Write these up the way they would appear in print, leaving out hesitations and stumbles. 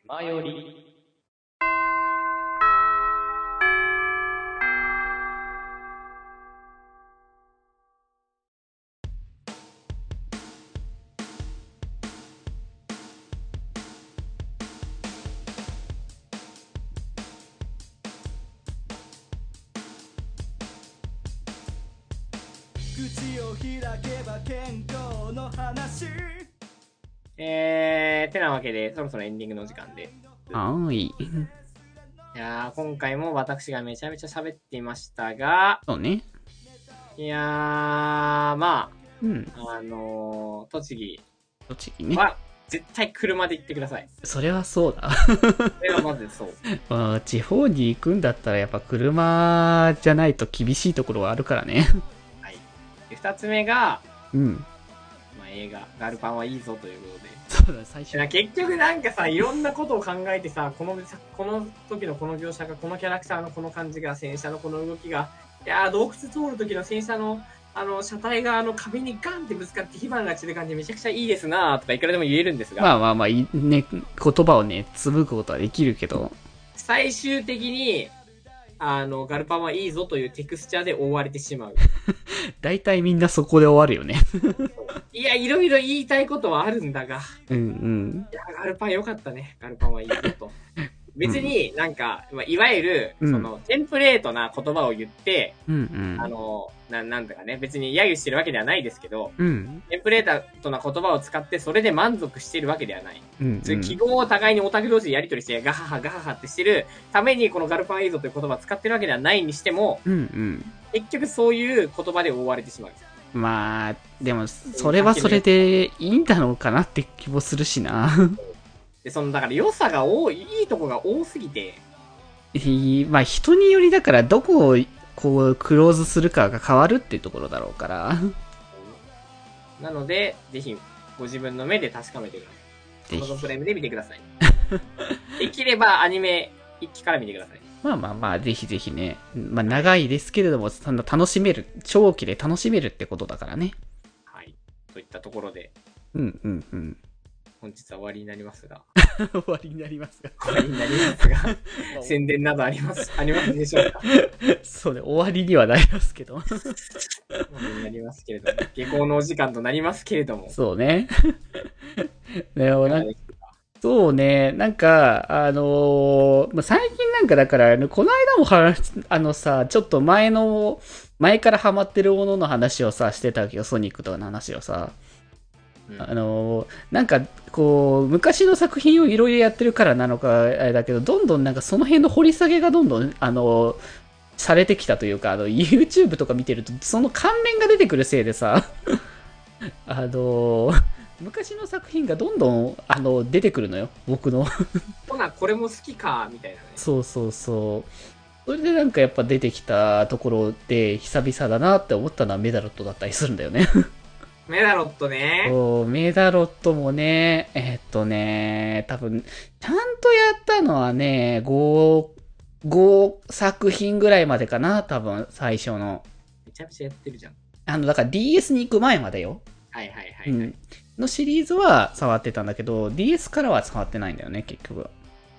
前より。 口を開けば健康の話。 てなわけで、そろそろエンディングの時間で。 はーい。 いやー、今回も私がめちゃめちゃ喋っていましたが、 そうね。 いやー、まうん。 あ、栃木栃木ね。 は、絶対車で行ってください。 それはそうだ。 それはまずそう。 まあ地方に行くんだったらやっぱ車じゃないと厳しいところはあるからね。 はい。で、二つ目が、 うん。 まあ、映画、ガルパンはいいぞということで。 そうだ、最初。 結局なんかさ、いろんなことを考えてさ、この時のこの描写が、このキャラクターのこの感じが、戦車のこの動きが、いやー、洞窟通る時の戦車の、車体が壁にガンってぶつかって火花が散る感じめちゃくちゃいいですなーとかいくらでも言えるんですが、 まあ、ね、言葉をね、紡ぐことはできるけど。 最終的に、ガルパンはいいぞというテクスチャーで覆われてしまう。 大体みんなそこで終わるよね。 いや、いろいろ言いたいことはあるんだが、 うんうん。 いや、ガルパンよかったね。ガルパンはいいぞと。別になんか、いわゆる、 うんその、テンプレートな言葉を言って、 うんうん。 なんだかね、別に揶揄してるわけではないですけど、 うん。 テンプレートな言葉を使ってそれで満足しているわけではない。 うんそういう記号を互いにオタク同士でやり取りして、ガハハガハハってしてるためにこのガルパンいいぞという言葉を使ってるわけではないにしても、 うんうん。 結局そういう言葉で覆われてしまう。 まあ、でも、それはそれでいいんだろうかなって気もするしな。 で、だから良さが多い、いいとこが多すぎて、 まあ人によりだからどこをこうクローズするかが変わるっていうところだろうから。 なので、ぜひ、ご自分の目で確かめてください。 ぜひアマゾンプライムで見てください。できればアニメ一期から見てください。 まあ、ぜひぜひね。まあ長いですけれども、そんな楽しめる、長期で楽しめるってことだからね。 はい。といったところで、 うんうんうん。 本日は終わりになりますが。 終わりになりますが。 終わりになりますが、宣伝などありますでしょうか。 そうね、終わりにはなりますけど。 終わりになりますけれども、下校のお時間となりますけれども。 そうね。でもそうね、なんか、まあ最近なんかだから、この間もさ、ちょっと前からハマってるものの話をさ、してたわけど、ソニックとかの話をさ。 うんなんか、こう、昔の作品をいろいろやってるからなのか、あれだけど、どんどんなんかその辺の掘り下げがどんどん、されてきたというか、YouTube とか見てると、その関連が出てくるせいでさ、あの、昔の作品がどんどん、出てくるのよ、僕の。 ほな、これも好きか、みたいなね。 そうそうそう。それでなんかやっぱ出てきたところで、久々だなって思ったのはメダロットだったりするんだよね。 メダロットね。 そう、メダロットもね、多分、ちゃんとやったのはね、5作品ぐらいまでかな、多分、最初の。 めちゃめちゃやってるじゃん。 だから DS に行く前までよ。 はいはいはい、はい。 うん。のシリーズは触ってたんだけど、DS からは触ってないんだよね、結局。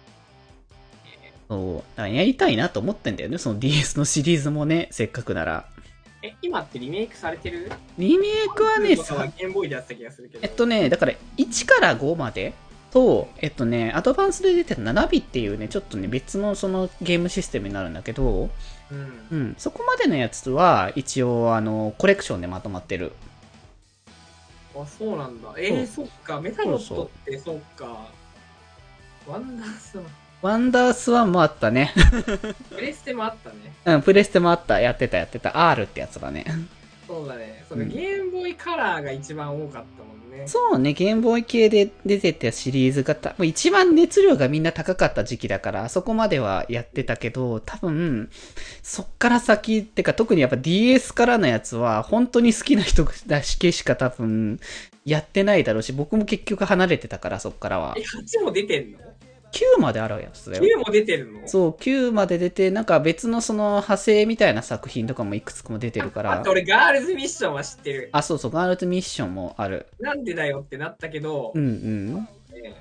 そう。だからやりたいなと思ってんだよね、その DS のシリーズもね、せっかくなら。 今ってリメイクされてる？ リメイクはね、 ゲームボーイでやってた気がするけど。 だから1から5までと、アドバンスで出てた7ビっていうね、ちょっとね、別のそのゲームシステムになるんだけど、 うん。 そこまでのやつは、一応、コレクションでまとまってる。 あ、そうなんだ。そっか。メダロットってそっか。ワンダースワンダースワンもあったね。 プレステもあったね。 うん、プレステもあった。やってた。R ってやつだね。 そうだね。そのゲームボーイカラーが一番多かったもんね。 そうね、ゲームボーイ系で出てたシリーズが多分一番熱量がみんな高かった時期だから、そこまではやってたけど、多分、そっから先、ってか特にやっぱ DS からのやつは、本当に好きな人だけしか多分、やってないだろうし、僕も結局離れてたから、そっからは。 8も出てんの ？9まであるやつだよ。 9も出てるの？ そう、9まで出て、なんか別のその派生みたいな作品とかもいくつかも出てるから。 あと俺ガールズミッションは知ってる。 あ、そうそう、ガールズミッションもある。 なんでだよってなったけど。 うんうん。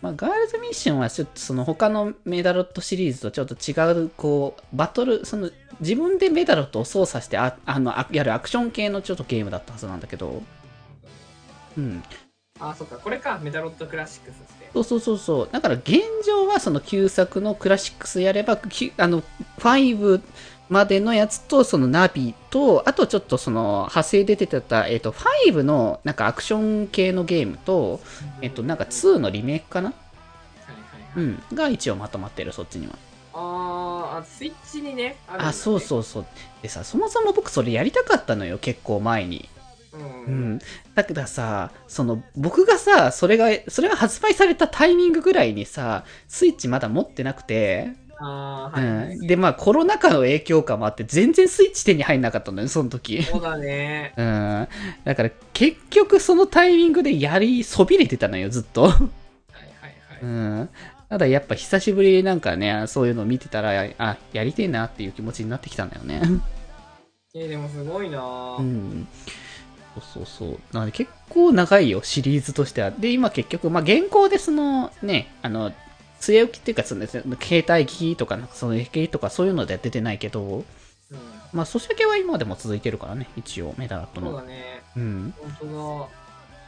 まあ、ガールズミッションはちょっとその他のメダロットシリーズとちょっと違う、こう、バトル、その自分でメダロットを操作してやるアクション系のちょっとゲームだったはずなんだけど、うん。 あ、そっか、これか、メダロットクラシックスって。 そう。だから現状はその旧作のクラシックスやれば、5までのやつと、そのナビと、あとちょっとその派生で出てた、5のなんかアクション系のゲームと、なんか2のリメイクかな、 はいはいはい。 うん。が一応まとまってる、そっちには。 スイッチにね、あるんだね。 あ、そう。でさ、そもそも僕それやりたかったのよ、結構前に。 うん。 だけどさ、僕がさ、それが発売されたタイミングぐらいにさ、スイッチまだ持ってなくて、 はいはい。 で、まあコロナ禍の影響かもあって、全然スイッチ手に入んなかったのよ、その時。 そうだね。 だから結局そのタイミングでそびれてたのよ、ずっと。 はいはいはい。 ただやっぱ久しぶりになんかね、そういうのを見てたら、やりてえなっていう気持ちになってきたんだよね。 でもすごいなぁ。 そう。なので結構長いよ、シリーズとしては。で、今結局、まあ、現行でその、ね、据え置きっていうか、その、携帯機とか、なんかその、機とかそういうのでは出てないけど、 うん。 まあ、ソシャゲは今でも続いてるからね、一応、メダラットの。 そうだね。 うん。 本当だ。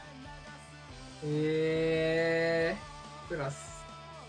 プラス。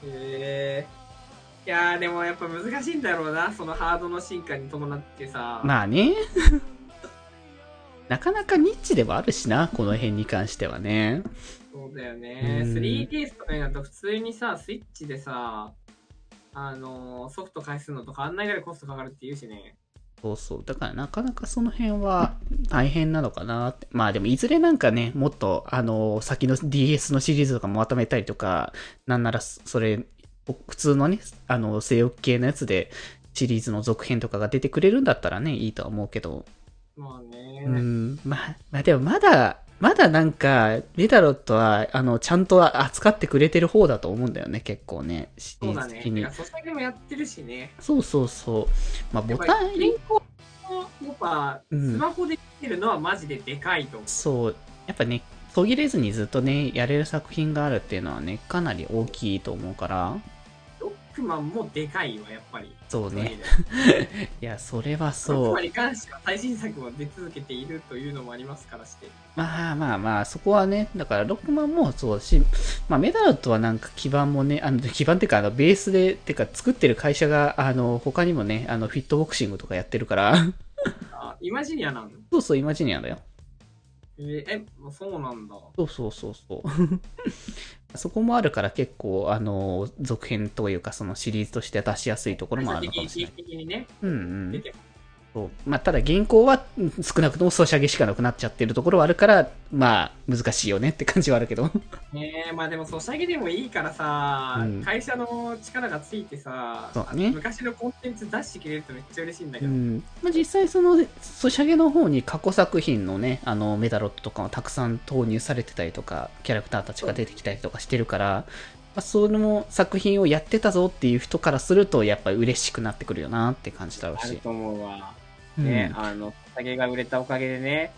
いやー、でもやっぱ難しいんだろうな、そのハードの進化に伴ってさ。 まあね。なかなかニッチではあるしな、この辺に関してはね。 そうだよね。3DS とかになると普通にさ、スイッチでさ、ソフト返すのと変わんないぐらいコストかかるって言うしね。 そう。だからなかなかその辺は大変なのかなって。まあでもいずれなんかね、もっと先の DS のシリーズとかもまとめたりとか、なんならそれ、普通のね、据え置き系のやつでシリーズの続編とかが出てくれるんだったらね、いいとは思うけど。 まあね。 まあでもまだなんか、メダロットは、ちゃんと扱ってくれてる方だと思うんだよね、結構ね。シリそうだね。 ーズ的に。 ソシャゲもやってるしね。 そう。まあ、ボタン入り、 やっぱ、スマホで見てるのはマジででかいと思う。 そう。やっぱね、途切れずにずっとね、やれる作品があるっていうのはね、かなり大きいと思うから。 ロックマンもでかいわ、やっぱり。 そうね。いや、それはそう。 ロックマンに関しては最新作も出続けているというのもありますからして。 まあ、そこはね、だから、ロックマンもそうだし、まあ、メダロットはなんか基盤もね、基盤っていうか、ベースで、っていうか、作ってる会社が、他にもね、フィットボクシングとかやってるから。 イマジニアなの？ そう、イマジニアだよ。 そうなんだ。 そう。そこもあるから結構、続編というか、そのシリーズとして出しやすいところもあるのかもしれない。 的にね。 出てそうまあ、ただ現行は少なくともソシャゲしかなくなっちゃってるところはあるから、まあ難しいよねって感じはあるけど。 まあでもソシャゲでもいいからさ、会社の力がついてさ、昔のコンテンツ出してくれるとめっちゃ嬉しいんだけど。 まあ、実際そのソシャゲの方に過去作品のね、メダロットとかもたくさん投入されてたりとか、キャラクターたちが出てきたりとかしてるから、まあ、その作品をやってたぞっていう人からすると、やっぱり嬉しくなってくるよなって感じだろうし。 あると思うわ。ね、ソシャゲが売れたおかげでね、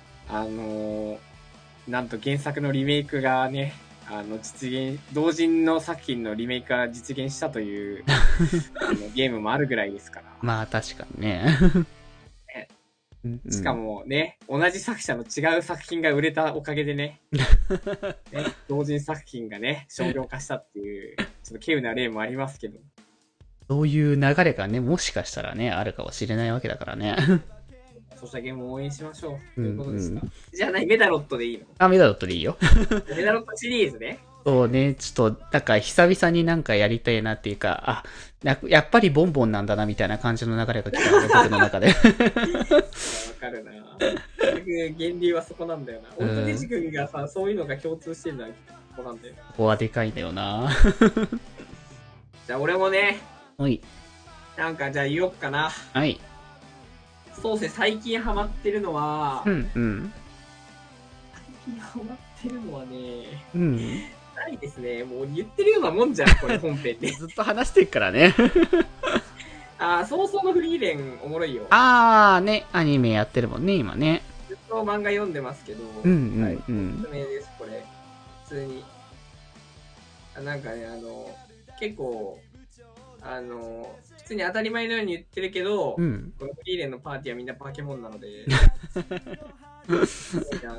なんと原作のリメイクがね、同人の作品のリメイクが実現したというゲームもあるぐらいですから。 まあ確かにね。 しかもね、同じ作者の違う作品が売れたおかげでね、同人作品がね、商業化したっていう、ちょっと稀有な例もありますけど。 そういう流れがね、もしかしたらね、あるかもしれないわけだからね。 ソシャゲも応援しましょう。ということでした。じゃあメダロットでいいの？ メダロットでいいよ。 メダロットシリーズね。 そうね、ちょっと、だから久々になんかやりたいなっていうか、やっぱりボンボンなんだなみたいな感じの流れが来たので、僕の中で。わかるな。源流はそこなんだよな。本当にジ君がさ、そういうのが共通してるのはここなんだよ。 ここはでかいんだよな。 じゃあ俺もね、 はい。 なんかじゃあ言おっかな。 はい。 そうせ、最近ハマってるのは、最近ハマってるのはね、ないですね。もう言ってるようなもんじゃん、これ本編で。 ずっと話してるからね。 早々のフリーレンおもろいよ。 ね、アニメやってるもんね、今ね。 ずっと漫画読んでますけど、 おすすすめです、これ。普通に。 なんかね、結構、普通に当たり前のように言ってるけど、 うん。 このフリーレンのパーティーはみんな化け物なので、すごいなと思った。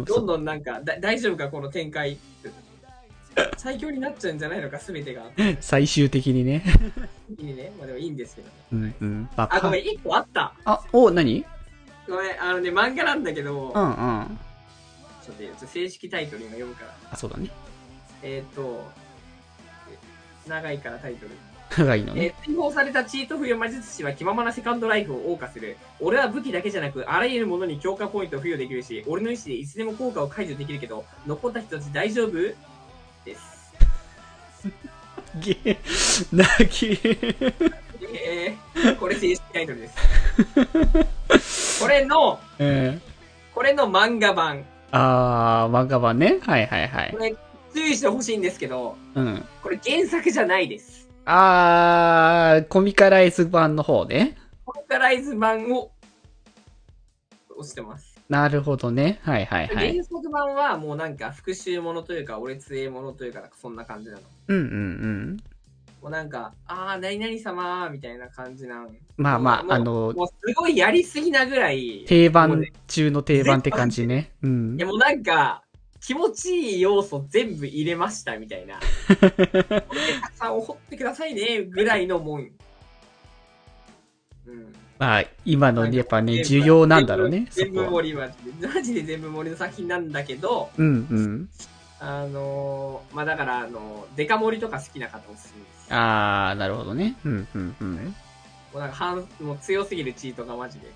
どんどんなんか、大丈夫か、この展開。最強になっちゃうんじゃないのか、すべてが。 最終的にね。 いいね。まあでもいいんですけどね。 うんうん。まあ、ごめん、1個あった。 何？ ごめん、漫画なんだけど、 うんうん。 ちょっと正式タイトル今読むから。 あ、そうだね。 長いからタイトル。 長いのね。 追放されたチート不与魔術師は気ままなセカンドライフを謳歌する。俺は武器だけじゃなく、あらゆるものに強化ポイントを付与できるし、俺の意思でいつでも効果を解除できるけど、残った人たち大丈夫です。これ正式タイトルです。これの漫画版。 漫画版ね。はいはいはい。 これ、注意してほしいんですけど、 うん。 これ原作じゃないです。 コミカライズ版の方ね。 コミカライズ版を押してます。 なるほどね。はいはいはい。 原作版はもうなんか復讐ものというか、俺杖えものというか、そんな感じなの。 うんうんうん。 もうなんか、何々様みたいな感じなん。 まあまあ、 もうすごいやりすぎなぐらい。 定番中の定番って感じね。うん。 いやもうなんか、気持ちいい要素全部入れましたみたいな。これでたくさん掘ってくださいねぐらいのもん。 うん。まあ、今のやっぱね、需要なんだろうね。 全部盛りマジで全部盛りの作品なんだけど、 うんうん。 まあだから、デカ盛りとか好きな方おすすめです。 なるほどね。うんうんうん。 もうなんかもう強すぎるチートがマジで。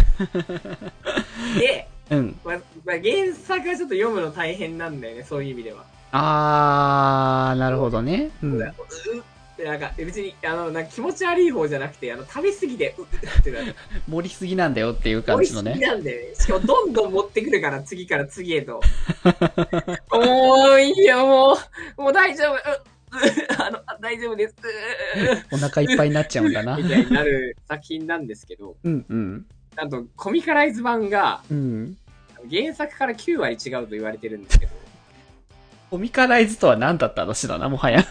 で、 うん。 まあ、原作はちょっと読むの大変なんだよね、そういう意味では。 なるほどね。うん。 なんか別になんか気持ち悪い方じゃなくて食べ過ぎてってなる。 盛りすぎなんだよっていう感じのね。 盛りすぎなんだよね。しかもどんどん持ってくるから次から次へと。もういいよもう大丈夫。大丈夫です。 お腹いっぱいになっちゃうんだな。 みたいになる作品なんですけど。 うんうん。 なんとコミカライズ版が、 うん、 原作から9割違うと言われてるんですけど。 コミカライズとは何だった話だな、もはや。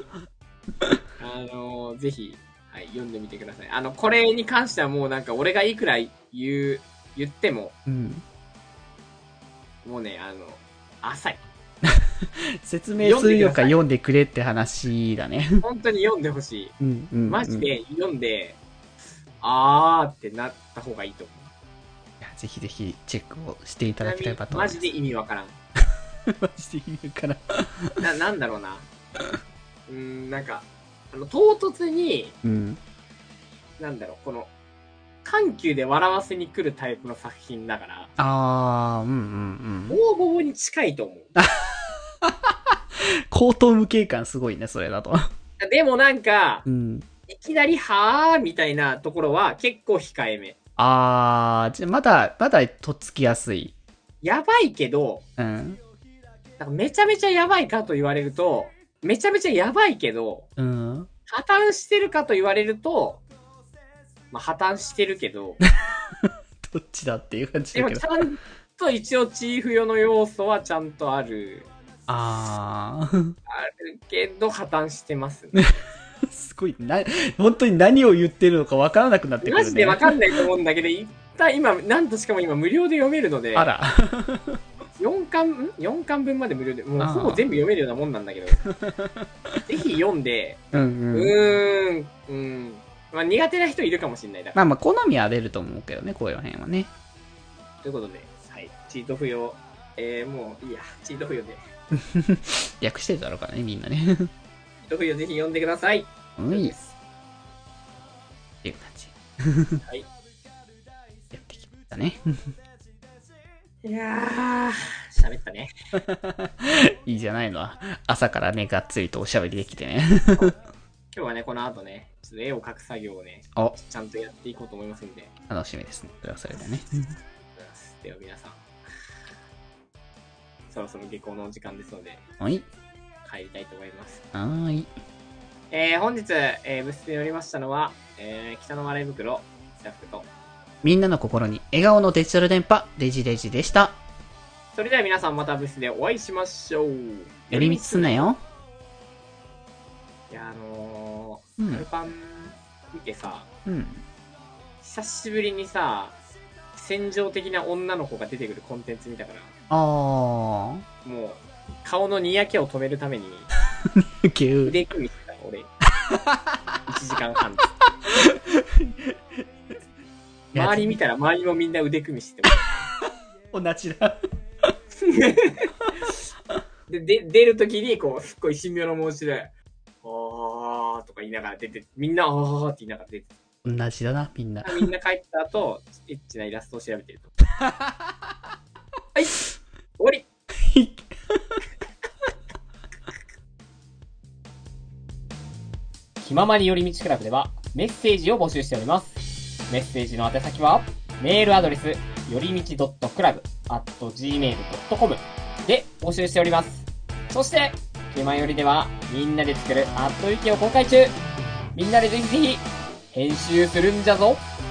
ぜひ、はい、読んでみてください。これに関してはもうなんか俺がいくら言っても、 うん、 もうね、浅い。 説明するよか読んでくれって話だね。 本当に読んでほしい。 うんうんうん、 マジで読んで、ってなった方がいいと思う。 いや、ぜひぜひチェックをしていただければと思います。 マジで意味わからん。 マジで意味わからん。なんだろうな。なんか、唐突に、なんだろう、この、緩急で笑わせに来るタイプの作品だから。 うんうんうん。 大ボボに近いと思う。 口頭無形感すごいね、それだと。 でもなんか、 いきなりはぁみたいなところは結構控えめ。 じゃまだとっつきやすい。 やばいけど、なんかめちゃめちゃやばいかと言われると、めちゃめちゃやばいけど、破綻してるかと言われると、まあ破綻してるけど、 どっちだっていう感じだけど。 でもちゃんと一応チーフ用の要素はちゃんとある。あるけど破綻してますね。 すごい、本当に何を言ってるのか分からなくなってくるね。 マジで分かんないと思うんだけど、一旦今、なんとしかも今無料で読めるので、 あら。 4巻分まで無料で、もうほぼ全部読めるようなもんなんだけど、ぜひ読んで、まあ苦手な人いるかもしれないだから。まあ好みは出ると思うけどね、こういう辺はね。 ということで、はい、チート不要、もういいや、チート不要で。 略してるだろうからね、みんなね。 チート不要ぜひ読んでください。 っていう感じ。はい。やってきましたね。 いやー、喋ったね。 いいじゃないの。朝からね、がっつりとおしゃべりできてね。 今日はね、この後ね、ちょっと絵を描く作業をね、ちゃんとやっていこうと思いますんで。 楽しみですね。それはそれでね。 では皆さん、そろそろ下校のお時間ですので、 はい。 帰りたいと思います。 はい。 本日、部室におりましたのは、北の笑い袋、スタッフと、 みんなの心に笑顔のデジタル電波、デジデジでした。 それでは皆さんまたブースでお会いしましょう。 寄り道すんなよ。 いや、 うんガルパン見てさ、 うん。 久しぶりにさ、戦場的な女の子が出てくるコンテンツ見たから、 あもう、顔のにやけを止めるために、 ー。キュー。 腕組みしてた、俺。1時間半。周り見たら周りもみんな腕組みしてて。 同じだ。 で、出るときに、こう、すっごい神妙な申しで、あーとか言いながら出て、みんなあーって言いながら出て、 同じだな、みんな。 みんな帰った後、エッチなイラストを調べてると。はい、終わり。気ままに寄り道クラブではメッセージを募集しております。メッセージの宛先は、メールアドレス、よりみち .club@gmail.com で募集しております。そして、気まよりではみんなで作るアットウィキを公開中。みんなでぜひぜひ編集するんじゃぞ。